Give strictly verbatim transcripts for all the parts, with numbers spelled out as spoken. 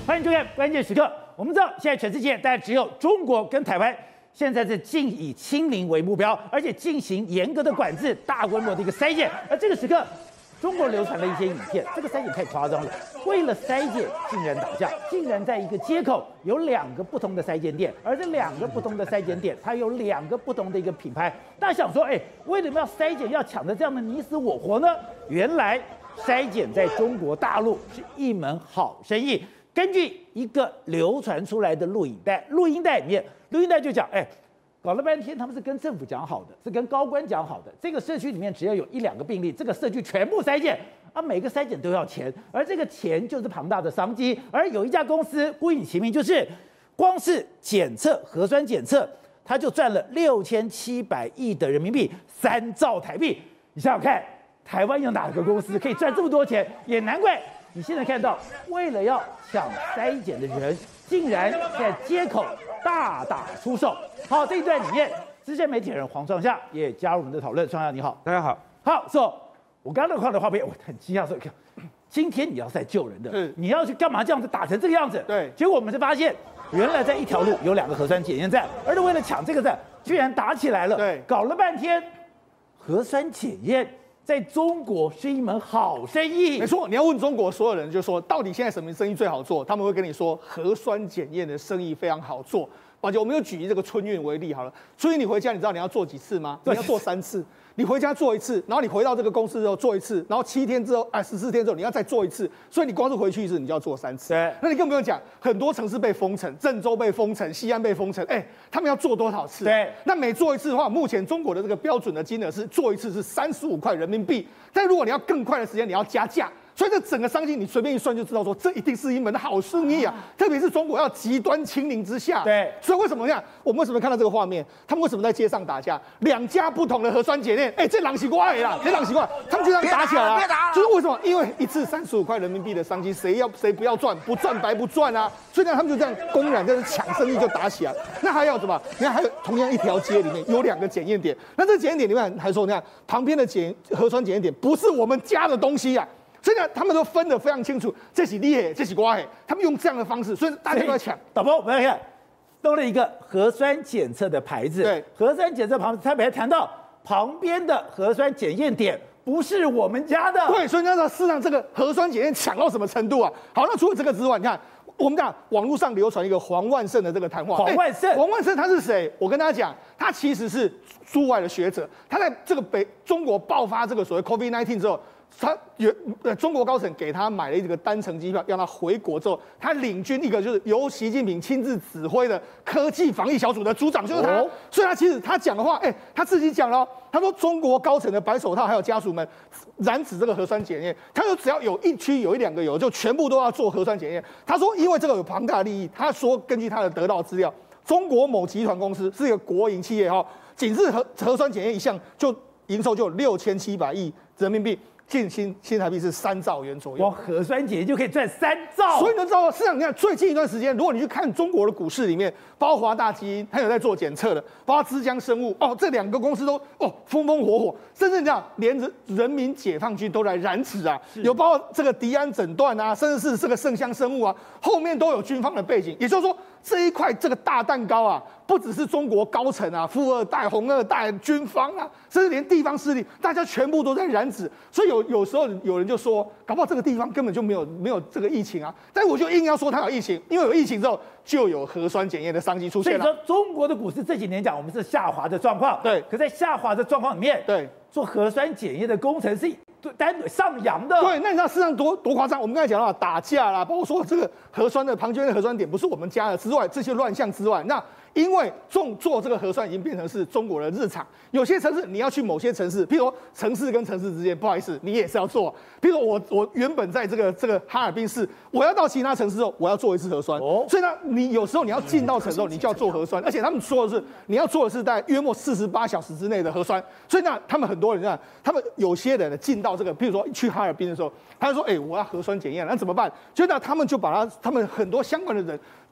欢迎收看《关键时刻》。我们知道，现在全世界大概只有中国跟台湾，现在是尽以清零为目标，而且进行严格的管制、大规模的一个筛检。而这个时刻，中国流传了一些影片，这个筛检太夸张了。为了筛检，竟然打架，竟然在一个街口有两个不同的筛检点，而这两个不同的筛检点，它有两个不同的一个品牌。大家想说，哎，为什么要筛检，要抢得这样的你死我活呢？原来筛检在中国大陆是一门好生意。根据一个流传出来的录影带，录音带里面，录音带就讲，哎，搞了半天他们是跟政府讲好的，是跟高官讲好的。这个社区里面只要有一两个病例，这个社区全部筛检啊，每个筛检都要钱，而这个钱就是庞大的商机。而有一家公司孤影其名，就是光是检测核酸检测，他就赚了六千七百亿的人民币，三兆台币。你想想看，台湾有哪个公司可以赚这么多钱？也难怪。你现在看到，为了要抢筛检的人，竟然在街口大打出手。好，这一段里面，资深媒体人黄创夏也加入我们的讨论。创夏你好， 大家好。 好，说，我刚刚看的画面，我很惊讶，说，今天你要是在救人的，你要去干嘛这样子打成这个样子？ 对。 结果我们才发现，原来在一条路有两个核酸检验站，而且为了抢这个站，居然打起来了。 对。 搞了半天，核酸检验在中国是一门好生意。 没错，你要问中国所有人，就说到底现在什么生意最好做？他们会跟你说核酸检验的生意非常好做。而且我们就举这个春运为例好了，春运你回家，你知道你要做几次吗？你要做三次。你回家做一次，然后你回到这个公司之后做一次，然后七天之后，哎，十四天之后你要再做一次，所以你光是回去一次，你就要做三次。 对， 那你更不用讲，很多城市被封城，郑州被封城，西安被封城，哎，他们要做多少次？ 对， 那每做一次的话，目前中国的这个标准的金额是做一次是三十五块人民币，但如果你要更快的时间，你要加价。所以这整个商机，你随便一算就知道说，这一定是一门好生意啊！特别是中国要极端清零之下， 对， 所以为什么这样？我们为什么看到这个画面？他们为什么在街上打架？两家不同的核酸检验，哎，这狼习瓜啦，这狼习瓜，他们就这样打起来了、啊。就是为什么？因为一次三十五块人民币的商机，谁要谁不要赚，不赚白不赚啊！所以呢，他们就这样公然就是抢生意就打起来。那还要什么？你看，还有同样一条街里面有两个检验点，那这检验点里面还说，你看旁边的检核酸检验点不是我们家的东西呀、啊。所以呢，他们都分得非常清楚，这是你的，这是我的。他们用这样的方式，所以大家都在抢。 导播，我们来看，多了一个核酸检测的牌子。 对， 核酸检测旁，他们还谈到旁边的核酸检验点不是我们家的。 对，所以那时候事实上这个核酸检验抢到什么程度啊？好，那除了这个之外，你看。我们讲网络上流传一个黄万胜的这个谈话。 黄万胜， 黄万胜他是谁？我跟大家讲，他其实是驻外的学者。他在这个北中国爆发这个所谓 COVID 十九 之后，他有呃中国高层给他买了一个单程机票，让他回国之后，他领军一个就是由习近平亲自指挥的科技防疫小组的组长，就是他。哦、所以他其实他讲的话，哎、欸，他自己讲了，他说中国高层的白手套还有家属们染指这个核酸检验，他说只要有一区有一两个有，就全部都要做核酸检验。他说因为这个有庞大的利益，他说根据他的得到资料，中国某集团公司是一个国营企业哈，仅是核核酸检验一项就营收就有六千七百亿人民币。近新新台币是三兆元左右， 哇，核酸检验就可以赚三兆， 所以你就知道，市场你看最近一段时间，如果你去看中国的股市里面，包括华大基因，它有在做检测的，包括枝江生物，哦，这两个公司都哦风风火火，甚至你讲连人人民解放军都来染指啊，有包括这个迪安诊断啊，甚至是这个盛香生物啊，后面都有军方的背景，也就是说这一块这个大蛋糕啊，不只是中国高层啊、富二代、红二代、军方啊，甚至连地方势力，大家全部都在染指，所以有。有有时候有人就说，搞不好这个地方根本就没有没有这个疫情啊，但是我就硬要说它有疫情，因为有疫情之后就有核酸检验的商机出现了。 所以说，中国的股市这几年讲我们是下滑的状况， 对， 可在下滑的状况里面， 对， 做核酸检验的工程是单腿上扬的。 对，那你知道市场多多夸张？我们刚才讲到打架啦，包括说这个核酸的旁边的核酸点不是我们家的之外，这些乱象之外，那。因为做做这个核酸已经变成是中国的日常，有些城市你要去某些城市，譬如说城市跟城市之间，不好意思，你也是要做。譬如说我我原本在这个这个哈尔滨市，我要到其他城市后，我要做一次核酸。哦，所以呢，你有时候你要进到城之后，你就要做核酸，而且他们说的是你要做的是在约莫四十八小时之内的核酸。所以呢，他们很多人呢，他们有些人进到这个，譬如说去哈尔滨的时候，他就说，哎、欸，我要核酸检验，那怎么办？所以呢，他们就把他他们很多相关的人。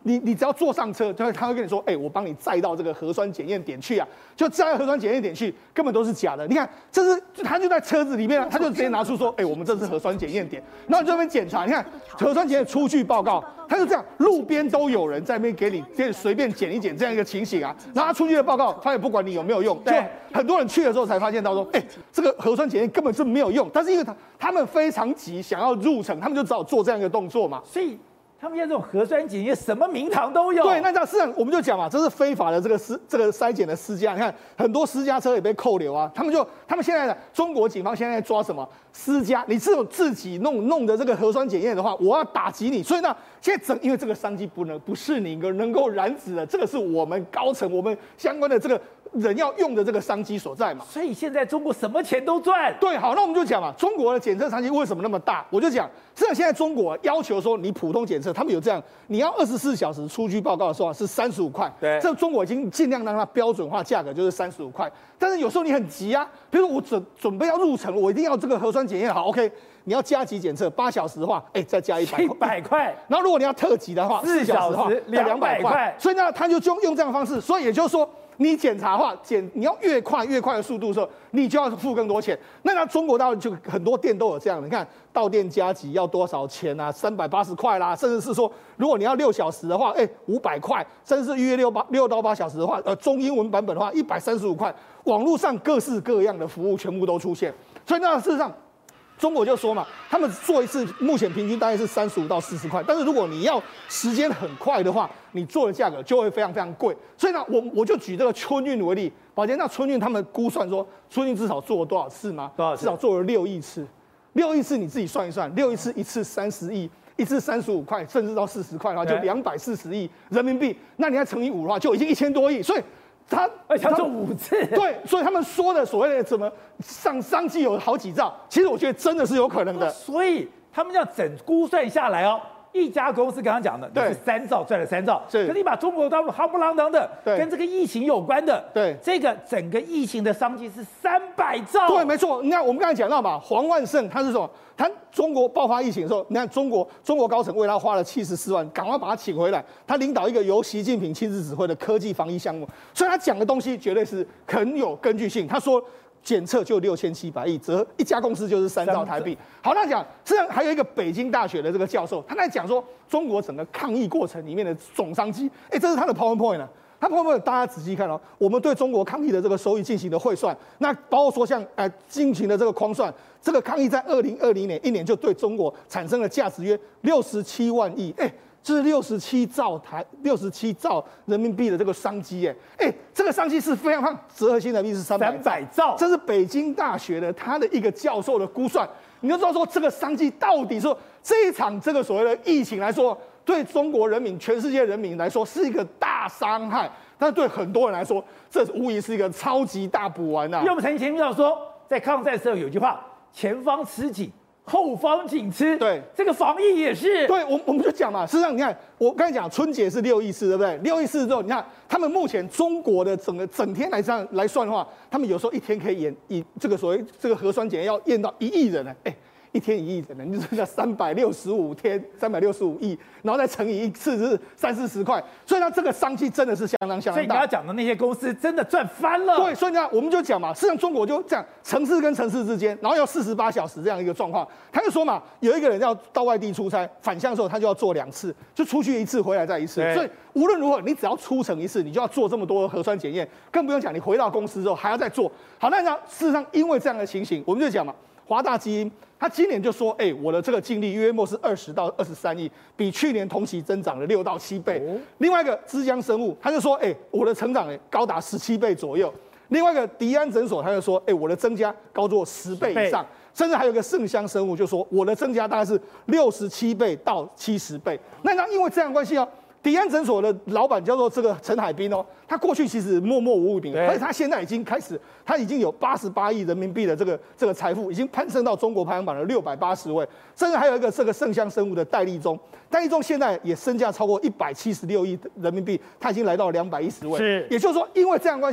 你你只要坐上车，就会他会跟你说，哎、欸，我帮你载到这个核酸检验点去啊，就载到核酸检验点去，根本都是假的。你看，这是他就在车子里面，他就直接拿出说，哎、欸，我们这是核酸检验点，然后你这边检查，你看核酸检验出具报告，他就这样，路边都有人在那边给你给你随便检一检这样一个情形啊，然后他出具的报告，他也不管你有没有用，就很多人去的时候才发现到说，哎、欸，这个核酸检验根本是没有用，但是因为他他们非常急，想要入城，他们就只好做这样一个动作嘛， 所以。他们现在这种核酸检验什么名堂都有。 对，那这样市场我们就讲嘛，这是非法的这个私这个筛检的私家。你看很多私家车也被扣留啊，他们就他们现在的中国警方现在在抓什么私家？你这种自己弄弄的这个核酸检验的话，我要打击你。所以呢，现在整因为这个商机不能不是你能够染指的，这个是我们高层我们相关的这个人要用的这个商机所在嘛。 所以现在中国什么钱都赚。 对，好，那我们就讲嘛，中国的检测商机为什么那么大？我就讲，实际上现在中国要求说你普通检测，他们有这样。你要二十四小时出具报告的时候是三十五块， 对， 这中国已经尽量让它标准化价格就是三十五块。但是有时候你很急啊，比如说我准准备要入城，我一定要这个核酸检验好 ，OK， 你要加急检测八小时的话，哎、欸，再加一百一百块。 然后如果你要特急的话，四小时的话两百块。所以呢，他就用用这样的方式，所以也就是说。你检查的话，检你要越快越快的速度的时候，你就要付更多钱。那那中国大陆就很多店都有这样，你看到店加急要多少钱啊？三百八十块啦，甚至是说，如果你要六小时的话，哎、欸，五百块，甚至是预约六八六到八小时的话，呃，中英文版本的话，一百三十五块。网络上各式各样的服务全部都出现，所以那事实上。中国就说嘛，他们做一次目前平均大概是三十五到四十块，但是如果你要时间很快的话，你做的价格就会非常非常贵。所以呢，我我就举这个春运为例，宝洁那春运他们估算说，春运至少做了多少次吗？ 多少次？ 至少做了六亿次，六亿次你自己算一算，六亿次一次三十亿。一次三十五块，甚至到四十块的话，就两百四十亿人民币。那你要乘以五的话，就已经一千多亿。所以他而且要做五次， 对，所以他们说的所谓的什么上商机有好几兆，其实我觉得真的是有可能的。 所以他们要整估算下来哦，一家公司刚刚讲的，你是三兆赚了三兆， 是， 可是你把中国大陆夯不啷当的，跟这个疫情有关的， 对， 这个整个疫情的商机是三百兆， 对，没错。你看我们刚才讲到嘛，黄万胜他是什么？他中国爆发疫情的时候，你看中国中国高层为他花了七十四万，赶快把他请回来。他领导一个由习近平亲自指挥的科技防疫项目，所以他讲的东西绝对是很有根据性。他说检测就六千七百亿，折一家公司就是三兆台币。好，那讲，实际上还有一个北京大学的这个教授，他在讲说中国整个抗疫过程里面的总商机，哎，这是他的 PowerPoint 呢。他 PowerPoint 大家仔细看哦，我们对中国抗疫的这个收益进行的汇算，那包括说像呃进行的这个框算，这个抗疫在二零二零年一年就对中国产生了价值约六十七万亿，哎，这是六十七兆台六十七兆人民币的这个商机，哎，哎，这个商机是非常棒，折合新台币是三百兆，这是北京大学的他的一个教授的估算，你就知道说这个商机到底说这一场这个所谓的疫情来说。对中国人民、全世界人民来说是一个大伤害，但是对很多人来说，这无疑是一个超级大补丸呐、啊。 因为我们曾经前面说，在抗战时候有句话：“前方吃紧，后方紧吃。” 对， 这个防疫也是。 对，我我们就讲嘛，事实上你看，我刚才讲春节是六亿次，对不对？六亿次之后，你看他们目前中国的整个整天来这样来算的话，他们有时候一天可以验以这个所谓这个核酸检验要验到一亿人呢，哎。一天一亿人呢，你就是那三百六十五天，三百六十五亿，然后再乘以一次是三四十块，所以呢，这个商机真的是相当相当大。 所以你要讲的那些公司真的赚翻了。 对，所以呢，我们就讲嘛，实际上中国就这样，城市跟城市之间，然后要四十八小时这样一个状况。他就说嘛，有一个人要到外地出差，返乡的时候他就要做两次，就出去一次，回来再一次。所以无论如何，你只要出城一次，你就要做这么多的核酸检验，更不用讲你回到公司之后还要再做。好，那呢，事实上因为这样的情形，我们就讲嘛，华大基因。他今年就说：“哎、欸，我的这个净利约莫是二十到二十三亿，比去年同期增长了六到七倍。哦、另外一个枝江生物，他就说：哎、欸，我的成长哎高达十七倍左右。另外一个迪安诊所，他就说：哎、欸，我的增加高做十倍以上。甚至还有一个盛香生物，就说我的增加大概是六十七倍到七十倍。那那因为这样的关系哦。”迪安诊所的老板叫做这个陈海滨哦，他过去其实默默无名，而且他现在已经开始，他已经有八十八亿人民币的这个这个财富，已经攀升到中国排行榜的六百八十位，甚至还有一个这个盛香生物的戴立中，戴立中现在也身价超过一百七十六亿人民币，他已经来到两百一十位， 是， 也就是说，因为这样关系。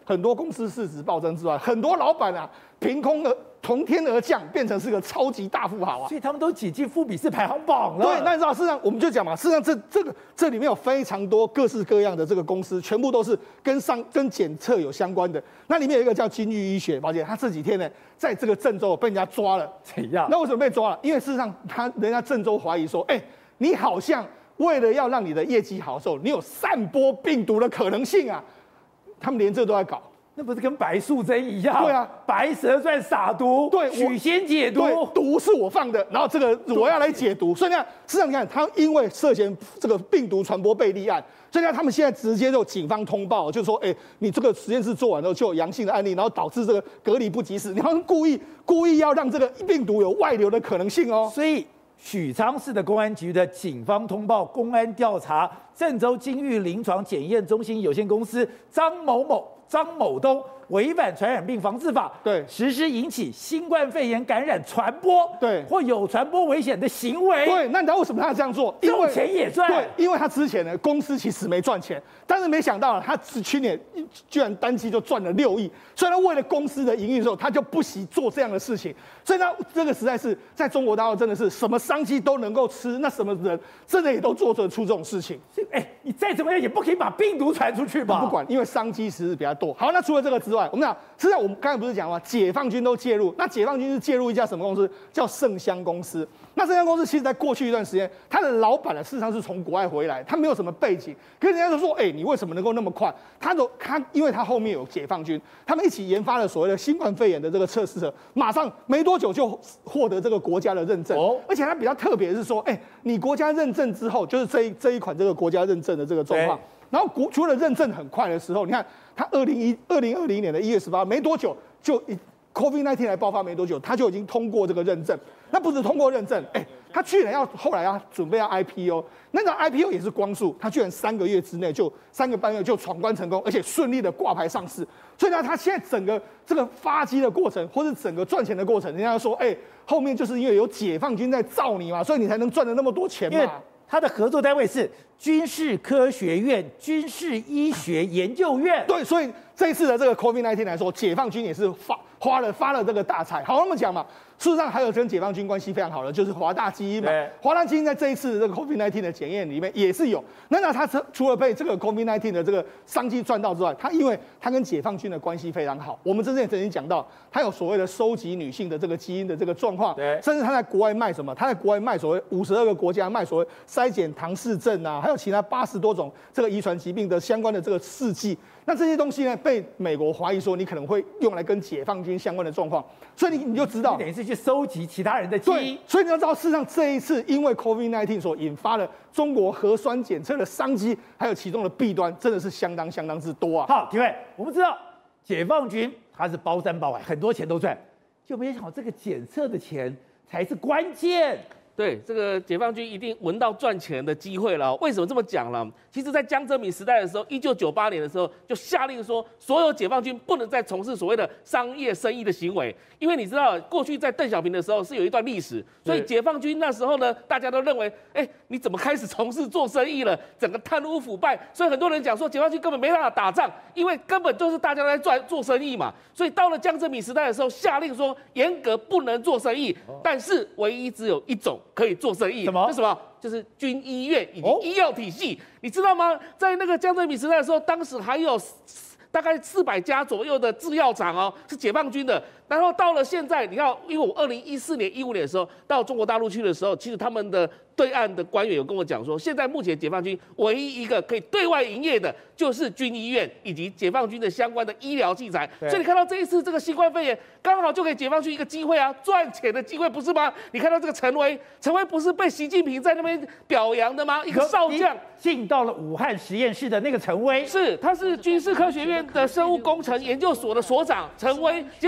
很多公司市值暴增之外，很多老板啊，凭空的从天而降，变成是个超级大富豪啊！ 所以他们都挤进富比士排行榜了。 对，那你知道，事实上我们就讲嘛，事实上这这个这里面有非常多各式各样的这个公司，全部都是跟上跟检测有相关的。那里面有一个叫金玉医学，抱歉，他这几天呢，在这个郑州被人家抓了。 怎样？ 那为什么被抓了？因为事实上他人家郑州怀疑说，哎、欸，你好像为了要让你的业绩好的时候，你有散播病毒的可能性啊！他们连这都在搞。 那不是跟白素贞一样？ 对啊， 白蛇传撒毒， 对， 许仙解毒， 对，毒是我放的，然后这个我要来解毒。所以呢，事实上你看，他因为涉嫌这个病毒传播被立案，所以呢，他们现在直接就警方通报，就是说，哎、欸，你这个实验室做完之后就有阳性的案例，然后导致这个隔离不及时，你好像故意故意要让这个病毒有外流的可能性哦。 所以许昌市的公安局的警方通报，公安调查郑州金玉临床检验中心有限公司张某某。张某东违反传染病防治法， 对， 实施引起新冠肺炎感染传播， 对， 或有传播危险的行为， 对。那你知道为什么他这样做？因为钱也赚， 对，因为他之前呢公司其实没赚钱，但是没想到他去年居然单期就赚了六亿，所以他为了公司的营运的时候，他就不惜做这样的事情。所以呢，这个实在是在中国大陆真的是什么商机都能够吃，那什么人真的也都做得出这种事情。 哎，你再怎么样也不可以把病毒传出去吧？ 不管，因为商机其实比较多。好，那除了这个之外，我们讲，实际上我们刚才不是讲吗？解放军都介入，那解放军是介入一家什么公司？叫盛香公司。那盛香公司其实在过去一段时间，他的老板呢，事实上是从国外回来，他没有什么背景，可是人家就说，哎、欸，你为什么能够那么快？他都他，因为他后面有解放军，他们一起研发了所谓的新冠肺炎的这个测试者，马上没多久就获得这个国家的认证。哦，而且它比较特别的是说，哎、欸，你国家认证之后，就是这一这一款这个国家认证的这个状况。然后国除了认证很快的时候，你看他二零一二零二零年的一月十八没多久就 COVID 十九 来爆发没多久，他就已经通过这个认证。那不止通过认证，哎，他居然要后来要准备要 I P O， 那个 I P O 也是光速，他居然三个月之内就三个半月就闯关成功，而且顺利的挂牌上市。所以呢，他现在整个这个发迹的过程，或是整个赚钱的过程，人家说，哎，后面就是因为有解放军在罩你嘛，所以你才能赚了那么多钱嘛。 他的合作单位是军事科学院军事医学研究院。 对，所以这一次的这个 COVID 十九 来说，解放军也是发花了发了这个大财。好，那么讲嘛，事实上还有跟解放军关系非常好的，就是华大基因嘛。华大基因在这一次的这个 COVID 十九 的检验里面也是有。那那他除了被这个 COVID 十九 的这个商机赚到之外，他因为他跟解放军的关系非常好，我们之前也曾经讲到，他有所谓的收集女性的这个基因的这个状况，甚至他在国外卖什么？他在国外卖所谓五十二个国家卖所谓筛检唐氏症啊，还有其他八十多种这个遗传疾病的相关的这个试剂。那这些东西呢，被美国怀疑说你可能会用来跟解放军相关的状况，所以你你就知道， 你等于是去收集其他人的基因。 所以你要知道，事实上这一次因为 COVID 十九 所引发的中国核酸检测的商机，还有其中的弊端，真的是相当相当之多啊。 好，体委，我们知道解放军他是包山包海，很多钱都赚，就没想到这个检测的钱才是关键。 对，这个解放军一定闻到赚钱的机会了。为什么这么讲了？其实，在江泽民时代的时候，一九九八年的时候，就下令说，所有解放军不能再从事所谓的商业生意的行为，因为你知道，过去在邓小平的时候是有一段历史，所以解放军那时候呢，大家都认为，哎，你怎么开始从事做生意了？整个贪污腐败，所以很多人讲说，解放军根本没办法打仗，因为根本就是大家都在做做生意嘛。所以到了江泽民时代的时候，下令说严格不能做生意，但是唯一只有一种可以做生意， 什么？ 是什么？就是军医院以及医药体系，哦、你知道吗？在那个江泽民时代的时候，当时还有大概四百家左右的制药厂哦，是解放军的。然后到了现在，你看，因为我二零一四年、一五年的时候到中国大陆去的时候，其实他们的对岸的官员有跟我讲说，现在目前解放军唯一一个可以对外营业的，就是军医院以及解放军的相关的医疗器材。所以你看到这一次这个新冠肺炎，刚好就给解放军一个机会啊，赚钱的机会，不是吗？你看到这个陈薇，陈薇不是被习近平在那边表扬的吗？一个少将进到了武汉实验室的那个陈薇， 是他是军事科学院的生物工程研究所的所长陈薇，结果研发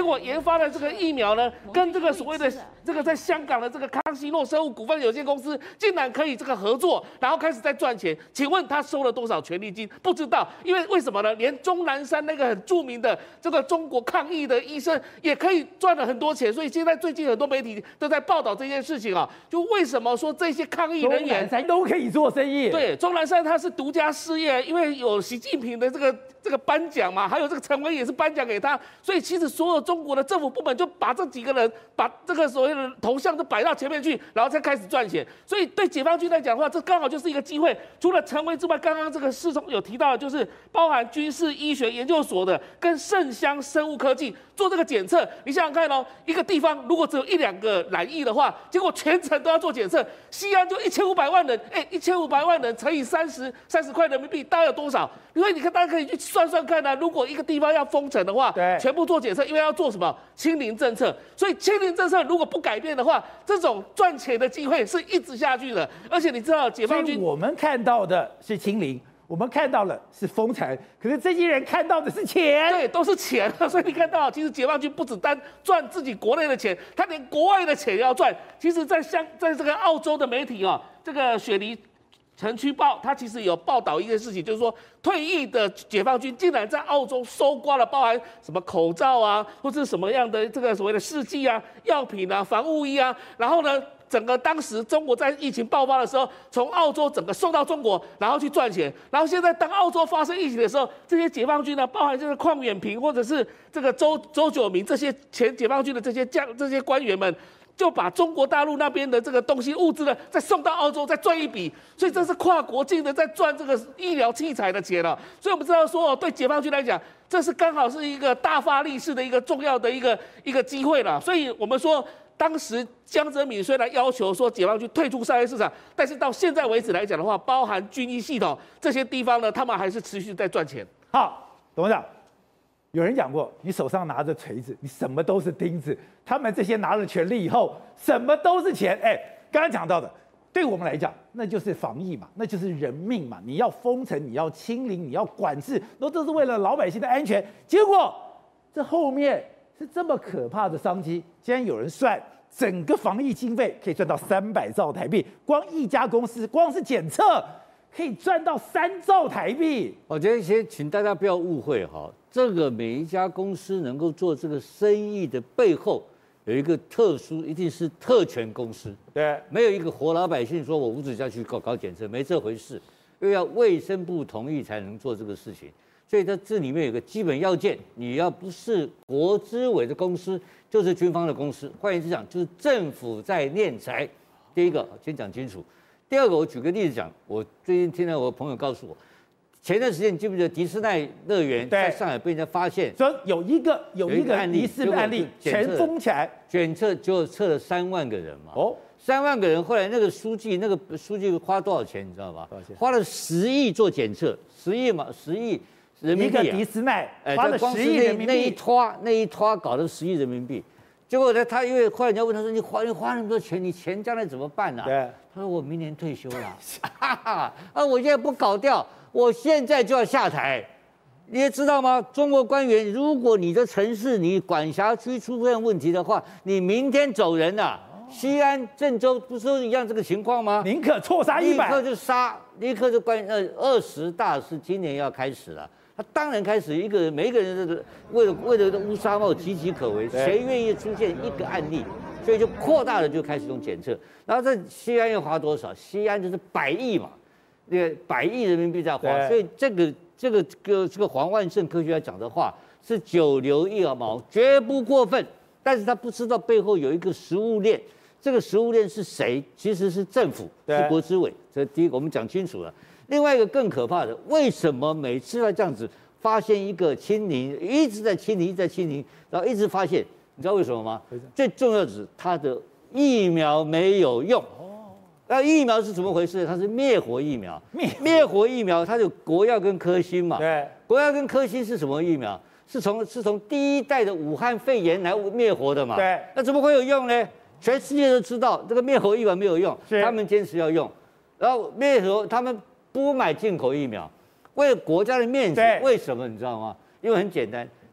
发的这个疫苗呢，跟这个所谓的这个在香港的这个康希诺生物股份有限公司，竟然可以这个合作，然后开始在赚钱。请问他收了多少权利金？不知道，因为为什么呢？连钟南山那个很著名的这个中国抗疫的医生也可以赚了很多钱，所以现在最近很多媒体都在报道这件事情啊。就为什么说这些抗疫人员都可以做生意？ 对，钟南山他是独家事业，因为有习近平的这个这个颁奖嘛，还有这个陈伟也是颁奖给他，所以其实所有中国的政府部门就把这几个人把这个所谓的头像都摆到前面去，然后才开始赚钱。所以对解放军来讲的话，这刚好就是一个机会。除了陈伟之外，刚刚这个世聪有提到的，就是包含军事医学研究所的跟盛香生物科技做这个检测。你想想看哦，一个地方如果只有一两个染疫的话，结果全城都要做检测，西安就一千五百万人，哎，一千五百万人乘以三十三十块人民币，大概有多少？所以你看，大家可以去算算看啊。如果一个地方要封城的话， 对， 全部做检测，因为要做什么清零政策。所以清零政策如果不改变的话，这种赚钱的机会是一直下去的。而且你知道，解放军我们看到的是清零，我们看到了是封城，可是这些人看到的是钱， 对，都是钱。所以你看到，其实解放军不只单赚自己国内的钱，他连国外的钱也要赚。其实，在香，在这个澳洲的媒体啊，这个雪梨城区报，它其实有报道一件事情，就是说退役的解放军竟然在澳洲搜刮了包含什么口罩啊，或是什么样的这个所谓的试剂啊、药品啊、防护衣啊，然后呢，整个当时中国在疫情爆发的时候，从澳洲整个送到中国，然后去赚钱。然后现在当澳洲发生疫情的时候，这些解放军呢，包含这个邝远平或者是这个周周九明这些前解放军的这些将这些官员们，就把中国大陆那边的这个东西物资呢，再送到澳洲，再赚一笔，所以这是跨国境的在赚这个医疗器材的钱了。所以我们知道说，对解放军来讲，这是刚好是一个大发利市的一个重要的一个一个机会了。所以我们说，当时江泽民虽然要求说解放军退出商业市场，但是到现在为止来讲的话，包含军医系统这些地方呢，他们还是持续在赚钱。 好，董事长。有人讲过，你手上拿着锤子，你什么都是钉子。他们这些拿了权力以后，什么都是钱。哎，刚刚讲到的，对我们来讲，那就是防疫嘛，那就是人命嘛。你要封城，你要清零，你要管制，那都是为了老百姓的安全。结果这后面是这么可怕的商机，竟然有人算，整个防疫经费可以赚到三百兆台币，光一家公司，光是检测。可以赚到三兆台币。 我觉得先请大家不要误会哈，这个每一家公司能够做这个生意的背后有一个特殊，一定是特权公司。 对， 没有一个活老百姓说我五指下去搞搞检测，没这回事，因为要卫生部同意才能做这个事情。所以它这里面有个基本要件，你要不是国资委的公司，就是军方的公司。换言之讲，就是政府在敛财。第一个先讲清楚。第二个，我举个例子讲，我最近听到我朋友告诉我，前段时间你记不记得迪士尼乐园在上海被人家发现， 说有一个有一个疑似的案例，全封起来， 检测就测了三万个人嘛。 哦， 三万个人，后来那个书记，那个书记花多少钱，你知道吧？花了十亿做检测，十亿嘛，十亿人民币、啊。 一个迪士尼花了十亿人民币， 那一拖那一拖搞了十亿人民币。结果呢，他因为后来人家问他说：“你花你花那么多钱，你钱将来怎么办呢、啊？” 对， 他说：“我明年退休了，哈哈，啊，我现在不搞掉，我现在就要下台。你也知道吗？中国官员，如果你的城市你管辖区出现问题的话，你明天走人了、啊。西安、郑州不是都一样这个情况吗？ 宁可错杀一百， 立刻就杀，立刻就关呃二十大是今年要开始了。”他当然开始一个每一个人的为了为了乌纱帽岌岌可危，谁愿意出现一个案例，所以就扩大了，就开始用检测。然后在西安要花多少？西安就是百亿嘛，那个百亿人民币在花，所以这个这个个这个黄万胜科学家讲的话是九牛一毛，绝不过分。但是他不知道背后有一个食物链，这个食物链是谁？其实是政府，是国资委。这第一个我们讲清楚了。另外一个更可怕的，为什么每次要这样子发现一个清零，一直在清零，一直在清零，然后一直发现，你知道为什么吗？最重要的是它的疫苗没有用。哦，那疫苗是怎么回事？它是灭活疫苗。灭灭活疫苗，它有国药跟科兴嘛？ 对， 国药跟科兴是什么疫苗？是从是从第一代的武汉肺炎来灭活的嘛？ 对， 那怎么会有用呢？全世界都知道这个灭活疫苗没有用，他们坚持要用，然后灭活他们。不买进口疫苗，为了国家的面子，为什么你知道吗？因为很简单，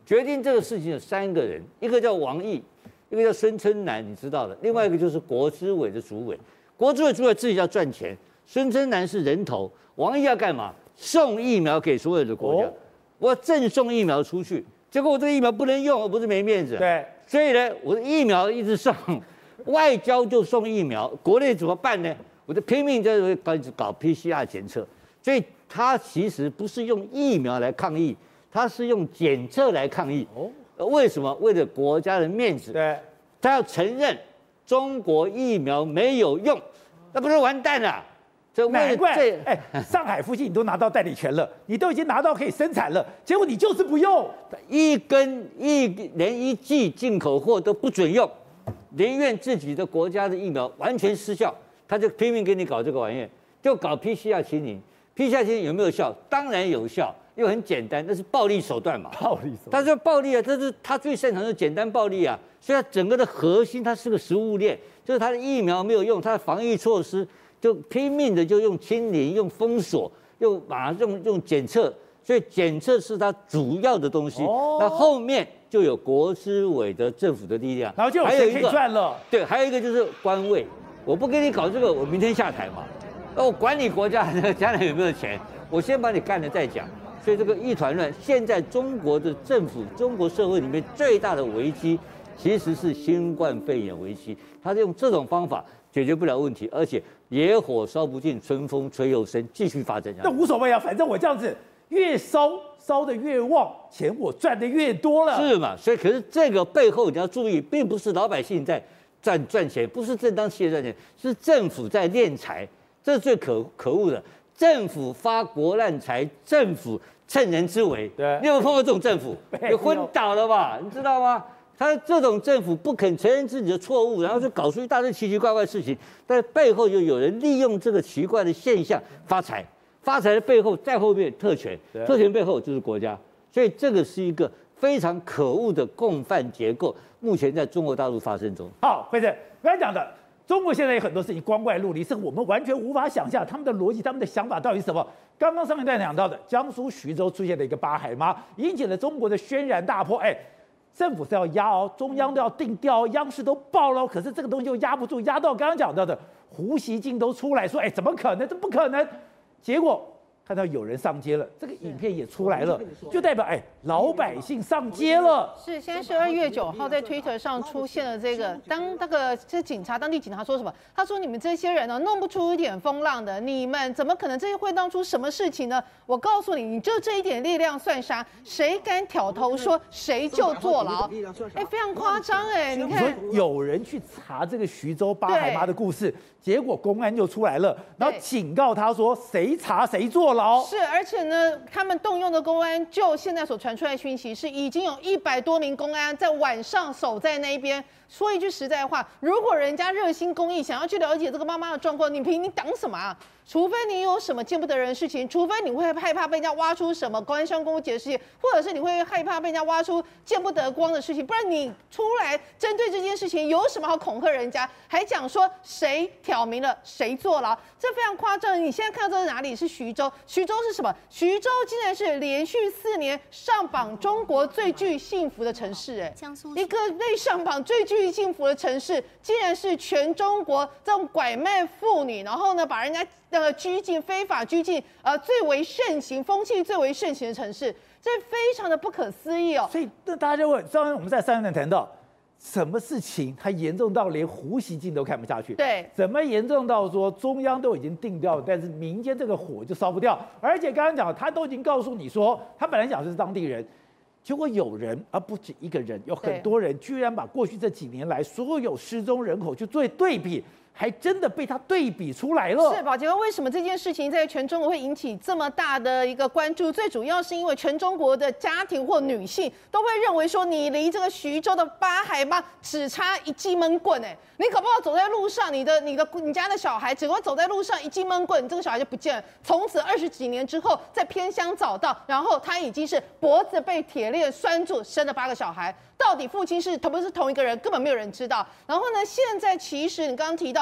决定这个事情有三个人，一个叫王毅，一个叫孙春兰，你知道的，另外一个就是国资委的主委。国资委主委自己要赚钱，孙春兰是人头，王毅要干嘛？送疫苗给所有的国家，哦、我赠送疫苗出去，结果我这个疫苗不能用，我不是没面子。 对， 所以呢，我的疫苗一直送，外交就送疫苗，国内怎么办呢？我就拼命在搞搞 P C R 检测，所以他其实不是用疫苗来抗疫，他是用检测来抗疫。哦，为什么？为了国家的面子， 对， 他要承认中国疫苗没有用，那不是完蛋了？这难怪，哎，上海附近你都拿到代理权了，你都已经拿到可以生产了，结果你就是不用， 一根一连一剂进口货都不准用，宁愿自己的国家的疫苗完全失效。他就拼命给你搞这个玩意，就搞 P C R 清零。P C R 清零有没有效？当然有效，因为很简单，那是暴力手段嘛。 暴力手段。 他说暴力啊，这是他最擅长的简单暴力啊。所以它整个的核心，它是个食物链，就是它的疫苗没有用，它的防疫措施就拼命的就用清零、用封锁、用马上用用检测，所以检测是它主要的东西。哦。那后面就有国资委的政府的力量， 然后就有钱可以赚了。 对，还有一个就是官位。我不给你搞这个，我明天下台嘛。那我管你国家将来有没有钱，我先把你干了再讲。所以这个一团乱，现在中国的政府、中国社会里面最大的危机，其实是新冠肺炎危机。他用这种方法解决不了问题，而且野火烧不尽，春风吹又生，继续发展下去。 那无所谓啊，反正我这样子越烧烧得越旺，钱我赚得越多了。 是嘛？所以可是这个背后你要注意，并不是老百姓在赚赚钱，不是正当企业赚钱，是政府在敛财，这是最可可恶的。政府发国难财，政府趁人之危。 对， 你有没有碰过这种政府？你昏倒了吧？你知道吗？他这种政府不肯承认自己的错误，然后就搞出一大堆奇奇怪怪的事情，但背后就有人利用这个奇怪的现象发财。发财的背后，在后面特权，特权背后就是国家，所以这个是一个非常可恶的共犯结构。目前在中国大陆发生中。 好，辉正刚才讲的，中国现在有很多事情光怪陆离，是我们完全无法想象他们的逻辑、他们的想法到底是什么。刚刚上一段讲到的，江苏徐州出现了一个八海妈，引起了中国的轩然大波。哎，政府是要压哦，中央都要定调，央视都报了，可是这个东西又压不住，压到刚刚讲到的胡锡进都出来说，哎，怎么可能？这不可能。结果看到有人上街了，这个影片也出来了，就代表哎，老百姓上街了。 是，现在是二月九号，在 Twitter 上出现了这个，当那个这警察，当地警察说什么？他说：“你们这些人呢，弄不出一点风浪的，你们怎么可能这些会弄出什么事情呢？我告诉你，你就这一点力量算啥？谁敢挑头说谁就坐牢？哎，非常夸张哎！你看， 有人去查这个徐州八海妈的故事。”结果公安就出来了，然后警告他说：“谁查谁坐牢。” 是，而且呢，他们动用的公安，就现在所传出来的讯息是，已经有一百多名公安在晚上守在那边。说一句实在话，如果人家热心公益，想要去了解这个妈妈的状况，你凭你挡什么啊？除非你有什么见不得人的事情，除非你会害怕被人家挖出什么官商勾结的事情，或者是你会害怕被人家挖出见不得光的事情，不然你出来针对这件事情有什么好恐吓人家？还讲说谁挑明了谁坐牢，这非常夸张。你现在看到这是哪里？是徐州。徐州是什么？徐州竟然是连续四年上榜中国最具幸福的城市，哎，一个被上榜最具幸福的城市，竟然是全中国这种拐卖妇女，然后呢把人家呃拘禁、非法拘禁呃最为盛行、风气最为盛行的城市，这非常的不可思议哦。 所以那大家就问，刚刚我们在上一段谈到，什么事情它严重到连胡锡进都看不下去？ 对， 怎么严重到说中央都已经定掉了，但是民间这个火就烧不掉？而且刚刚讲，他都已经告诉你说，他本来讲的是当地人。结果有人，而不止一个人，有很多人，居然把过去这几年来所有失踪人口去做对比，还真的被他对比出来了。 是宝杰，为什么这件事情在全中国会引起这么大的一个关注？最主要是因为全中国的家庭或女性都会认为说，你离这个徐州的八海妈只差一记闷棍，哎，你搞不好走在路上，你的、你的、你家的小孩只会走在路上一记闷棍，你这个小孩就不见了。从此二十几年之后，在偏乡找到，然后他已经是脖子被铁链拴住，生了八个小孩。到底父亲是同不是同一个人，根本没有人知道。然后呢，现在其实你刚刚提到。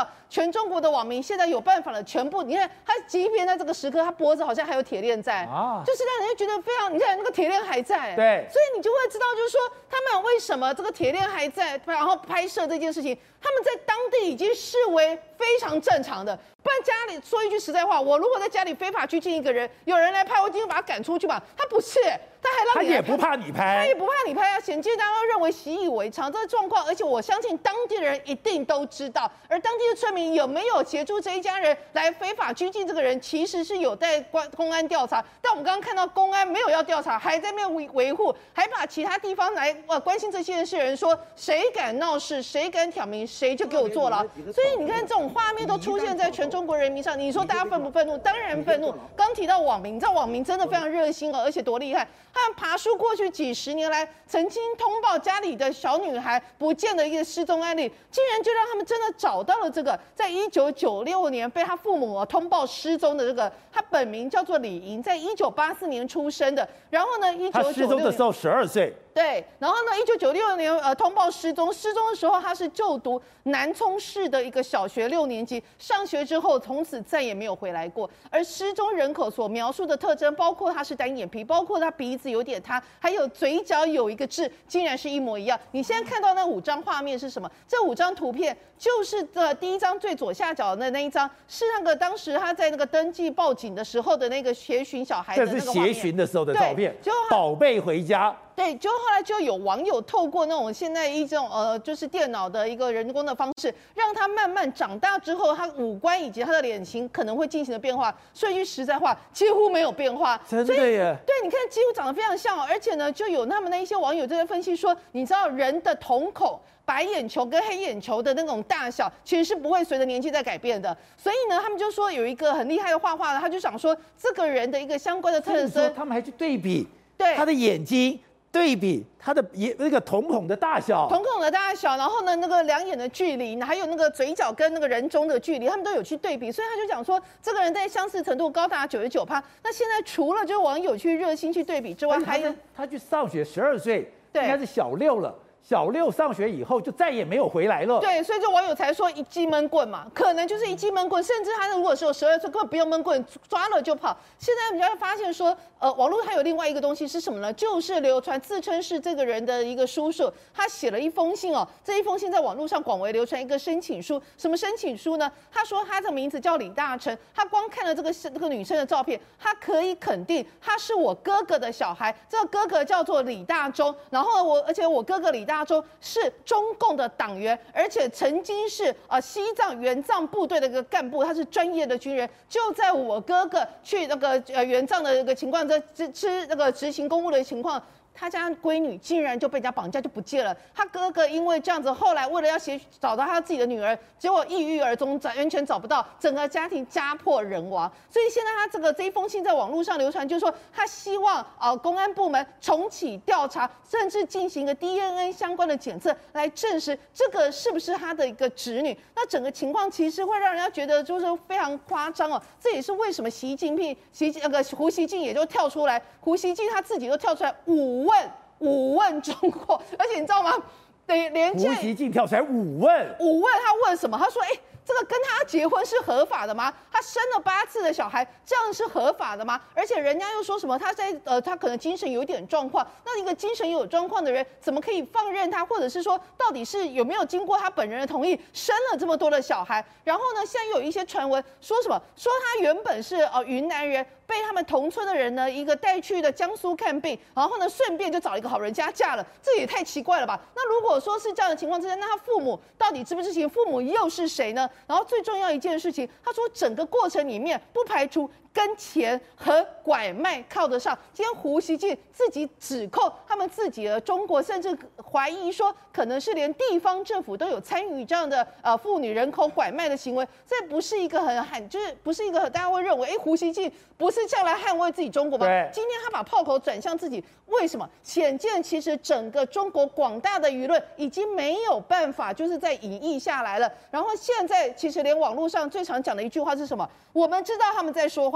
道，全中国的网民现在有办法了，全部你看他，即便在这个时刻，他脖子好像还有铁链在啊，就是让人家觉得非常，你看那个铁链还在， 对， 所以你就会知道，就是说他们为什么这个铁链还在，然后拍摄这件事情，他们在当地已经视为非常正常的。不然家里说一句实在话，我如果在家里非法拘禁一个人，有人来拍，我今天把他赶出去吧。他不是，他还让你，他也不怕你拍， 他也不怕你拍啊。显见大家都认为习以为常这个状况，而且我相信当地人一定都知道。而当地的村民有没有协助这一家人来非法拘禁这个人，其实是有待公安调查。但我们刚刚看到公安没有要调查，还在那边维维护，还把其他地方来呃关心这些事人说，谁敢闹事，谁敢挑明，谁就给我坐牢。所以你看这种画面都出现在全中国人民上，你说大家愤不愤怒？当然愤怒。刚提到网民，你知道网民真的非常热心哦，而且多厉害。他们爬梳过去几十年来曾经通报家里的小女孩不见的一个失踪案例，竟然就让他们真的找到了这个在一九九六年被他父母通报失踪的这个，他本名叫做李莹，在一九八四年出生的。然后呢，一九九六他失踪的时候十二岁。 对，然后呢，一九九六年呃通报失踪，失踪的时候他是就读南充市的一个小学六年级，上学之后从此再也没有回来过。而失踪人口所描述的特征，包括他是单眼皮，包括他鼻子有点塌，还有嘴角有一个痣，竟然是一模一样。你现在看到那五张画面是什么？这五张图片就是的第一张最左下角的那一张，是那个当时他在那个登记报警的时候的那个协寻小孩的那个画面。 这是协寻的时候的照片，宝贝回家。 对，就后来就有网友透过那种现在一种呃，就是电脑的一个人工的方式，让他慢慢长大之后，他五官以及他的脸型可能会进行的变化。说一句实在话，几乎没有变化。 真的耶！ 对，你看几乎长得非常像哦，而且呢，就有他们的一些网友就在分析说，你知道人的瞳孔。白眼球跟黑眼球的那种大小，其实是不会随着年纪在改变的。所以呢，他们就说有一个很厉害的画画的，他就想说这个人的一个相关的特征， 他们还去对比， 对他的眼睛。对比他的眼那个瞳孔的大小， 瞳孔的大小，然后呢，那个两眼的距离，还有那个嘴角跟那个人中的距离，他们都有去对比，所以他就讲说，这个人在相似程度高达九十九趴。那现在除了就是网友去热心去对比之外，还有他去上学十二岁， 对， 应该是小六了。小六上学以后就再也没有回来了。 对，所以这网友才说一记闷棍嘛，可能就是一记闷棍，甚至他如果是有十二岁，根本不用闷棍，抓了就跑。现在我们就会发现说，呃，网络还有另外一个东西是什么呢？就是流传自称是这个人的一个叔叔，他写了一封信哦，这一封信在网络上广为流传一个申请书。什么申请书呢？他说他的名字叫李大成，他光看了这个这个女生的照片，他可以肯定他是我哥哥的小孩，这个哥哥叫做李大忠，然后我而且我哥哥李大。大忠是中共的党员，而且曾经是呃西藏援藏部队的一个干部，他是专业的军人。就在我哥哥去那个呃援藏的一个情况，在执吃那个执行公务的情况。他家闺女竟然就被人家绑架就不见了，他哥哥因为这样子，后来为了要协找到他自己的女儿，结果抑郁而终，完全找不到，整个家庭家破人亡。所以现在他这个这一封信在网络上流传，就是说他希望呃公安部门重启调查，甚至进行一个 D N A 相关的检测，来证实这个是不是他的一个侄女。那整个情况其实会让人家觉得就是非常夸张哦，这也是为什么习近平、习那个胡锡进也就跳出来，胡锡进他自己都跳出来五。问五问中国，而且你知道吗？连连胡锡进跳出来五问， 五问他问什么？他说：“哎、欸，这个跟他结婚是合法的吗？他生了八次的小孩，这样是合法的吗？而且人家又说什么？他在呃，他可能精神有一点状况。那一个精神有状况的人，怎么可以放任他？或者是说，到底是有没有经过他本人的同意生了这么多的小孩？然后呢，现在又有一些传闻说什么？说他原本是呃云南人。”被他们同村的人呢，一个带去的江苏看病，然后呢，顺便就找了一个好人家嫁了，这也太奇怪了吧？那如果说是这样的情况之下，那他父母到底知不知情？父母又是谁呢？然后最重要一件事情，他说整个过程里面不排除跟钱和拐卖靠得上。今天胡锡进自己指控他们自己的中国，甚至怀疑说可能是连地方政府都有参与这样的呃妇女人口拐卖的行为，这不是一个很很就是不是一个大家会认为，哎，胡锡进不是这样来捍卫自己中国吗？今天他把炮口转向自己，为什么？显见其实整个中国广大的舆论已经没有办法就是在隐匿下来了。然后现在其实连网络上最常讲的一句话是什么？我们知道他们在说话。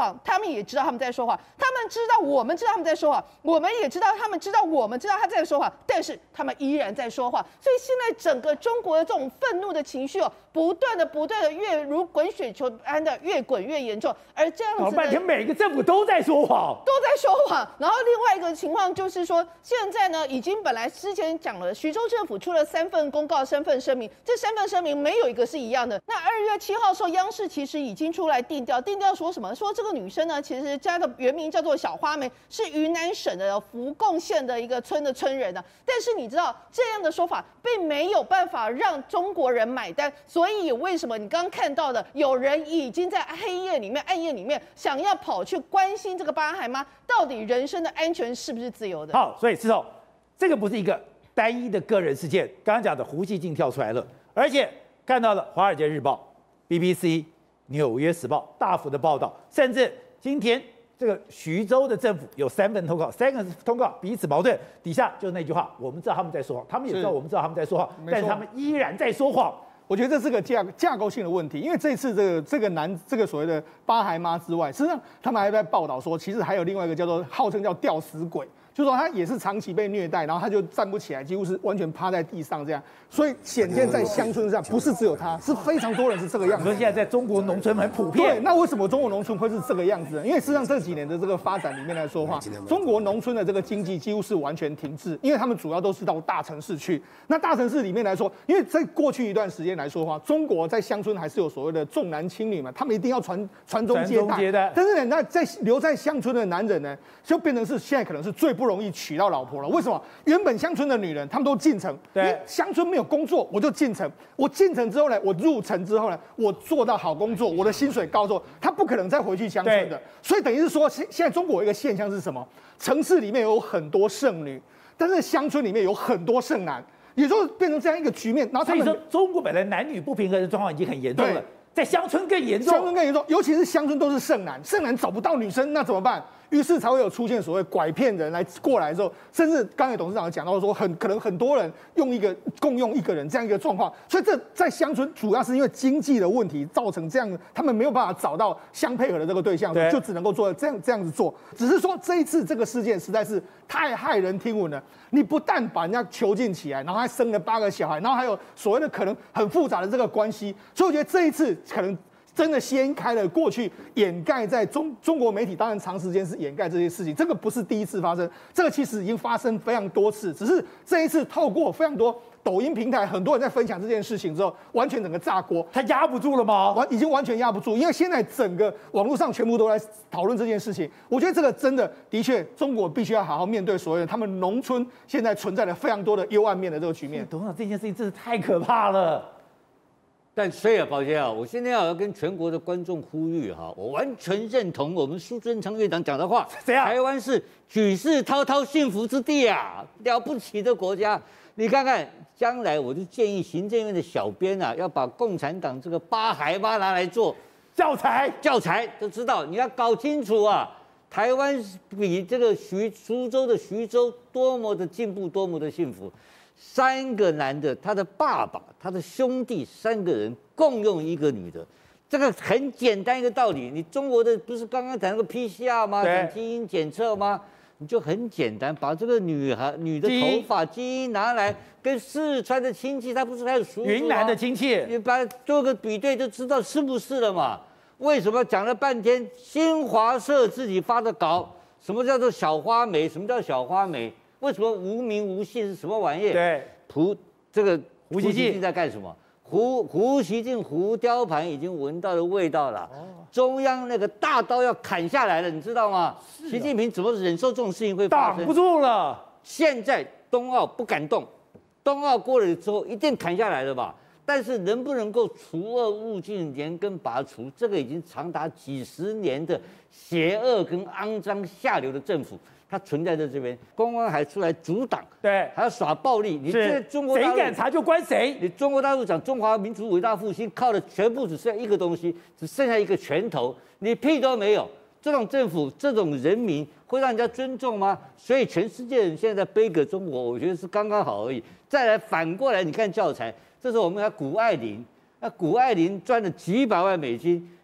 谎，他们也知道他们在说谎，他们知道我们知道他们在说谎，我们也知道他们知道我们知道他在说谎，但是他们依然在说谎。所以现在整个中国的这种愤怒的情绪哦，不断的不断的越如滚雪球般的越滚越严重，而这样子搞半天每个政府都在说谎， 都在说谎。然后另外一个情况就是说，现在呢已经本来之前讲了，徐州政府出了三份公告身份声明，这三份声明没有一个是一样的。那二月七号的时候，央视其实已经出来定调，定调说什么？说这个女生呢，其实家的原名叫做小花梅，是云南省的福贡县的一个村的村人呢、啊。但是你知道这样的说法并没有办法让中国人买单，所以为什么你刚刚看到的有人已经在黑夜里面、暗夜里面想要跑去关心这个巴海妈到底人身的安全是不是自由的？ 好，所以石头，这个不是一个单一的个人事件，刚刚讲的胡锡进跳出来了，而且看到了《华尔街日报》、B B C、纽约时报大幅的报道，甚至今天这个徐州的政府有三份通告，三个通告彼此矛盾，底下就是那句话：我们知道他们在说谎，他们也知道我们知道他们在说谎，但是他们依然在说谎。 我觉得这是个架架构性的问题，因为这次这个这个男这个所谓的巴海妈之外，实际上他们还在报道说，其实还有另外一个叫做号称叫吊死鬼，就是说他也是长期被虐待，然后他就站不起来，几乎是完全趴在地上这样。所以显见在乡村上不是只有他，是非常多人是这个样子。 所以现在在中国农村很普遍。 对，那为什么中国农村会是这个样子呢？因为事实上这几年的这个发展里面来说话，中国农村的这个经济几乎是完全停滞，因为他们主要都是到大城市去。那大城市里面来说，因为在过去一段时间来说话，中国在乡村还是有所谓的重男轻女嘛，他们一定要传传宗接代。接代但是呢，那在留在乡村的男人呢，就变成是现在可能是最不容易娶到老婆了。为什么？原本乡村的女人，她们都进城，因为乡村没有工作，我就进城。我进城之后呢，我入城之后呢，我做到好工作，我的薪水高之后，他不可能再回去乡村的。所以等于是说，现现在中国有一个现象是什么？城市里面有很多剩女，但是乡村里面有很多剩男，也就变成这样一个局面。然后他们所以说，中国本来男女不平衡的状况已经很严重了，在乡村更严重。 乡村更严重，尤其是乡村都是剩男，剩男找不到女生，那怎么办？于是才会有出现所谓拐骗人来过来之后，甚至刚才董事长讲到说，很可能很多人用一个共用一个人这样一个状况，所以这在乡村主要是因为经济的问题造成这样，他们没有办法找到相配合的这个对象，就只能够做这样这样子做。只是说这一次这个事件实在是太骇人听闻了，你不但把人家囚禁起来，然后还生了八个小孩，然后还有所谓的可能很复杂的这个关系，所以我觉得这一次可能真的掀开了过去掩盖在中中国媒体，当然长时间是掩盖这些事情，这个不是第一次发生，这个其实已经发生非常多次，只是这一次透过非常多抖音平台，很多人在分享这件事情之后，完全整个炸锅， 他压不住了吗？ 完已经完全压不住，因为现在整个网络上全部都在讨论这件事情。我觉得这个真的的确，中国必须要好好面对所谓的他们农村现在存在了非常多的幽暗面的这个局面。 董事长，这件事情真是太可怕了。 但所以啊，宝杰啊，我现在要跟全国的观众呼吁哈，我完全认同我们苏贞昌院长讲的话，台湾是举世滔滔幸福之地啊，了不起的国家。你看看，将来我就建议行政院的小编啊，要把共产党这个八孩妈拿来做教材， 教材都知道，你要搞清楚啊，台湾比这个徐苏州的徐州多么的进步，多么的幸福。三个男的，他的爸爸、他的兄弟三个人共用一个女的，这个很简单一个道理。你中国的不是刚刚谈那个 P C R 吗？讲基因检测吗？你就很简单，把这个女孩女的头发基因拿来跟四川的亲戚，他不是还有叔叔吗？ 云南的亲戚， 你把做个比对就知道是不是了嘛？为什么讲了半天新华社自己发的稿，什么叫做小花梅？什么叫小花梅？为什么无名无姓是什么玩意？ 对， 胡这个胡锡进在干什么？胡胡锡进胡雕盘已经闻到了味道了，哦、中央那个大刀要砍下来了，你知道吗？啊、习近平怎么忍受这种事情会发生？ 挡不住了。 现在冬奥不敢动，冬奥过了之后一定砍下来了吧？但是能不能够除恶务尽、连根拔除，这个已经长达几十年的邪恶跟肮脏下流的政府。它存在在这边，公安还出来阻挡， 对， 还要耍暴力。你现在中国大陆谁敢查就关谁。 你中国大陆讲中华民族伟大复兴，靠的全部只剩下一个东西，只剩下一个拳头，你屁都没有。这种政府、这种人民会让人家尊重吗？所以全世界人现在在背革中国，我觉得是刚刚好而已。再来反过来，你看教材，这是我们看谷爱凌，那谷爱凌赚了几百万美金。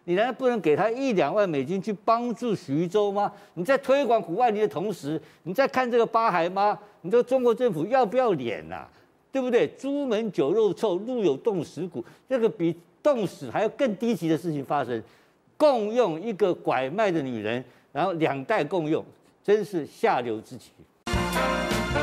你难道不能给他一两万美金去帮助徐州吗？你在推广谷爱凌的同时，你在看这个八孩吗？你说中国政府要不要脸呐、啊？对不对？朱门酒肉臭，路有冻死骨，这个比冻死还有更低级的事情发生。共用一个拐卖的女人，然后两代共用，真是下流之极。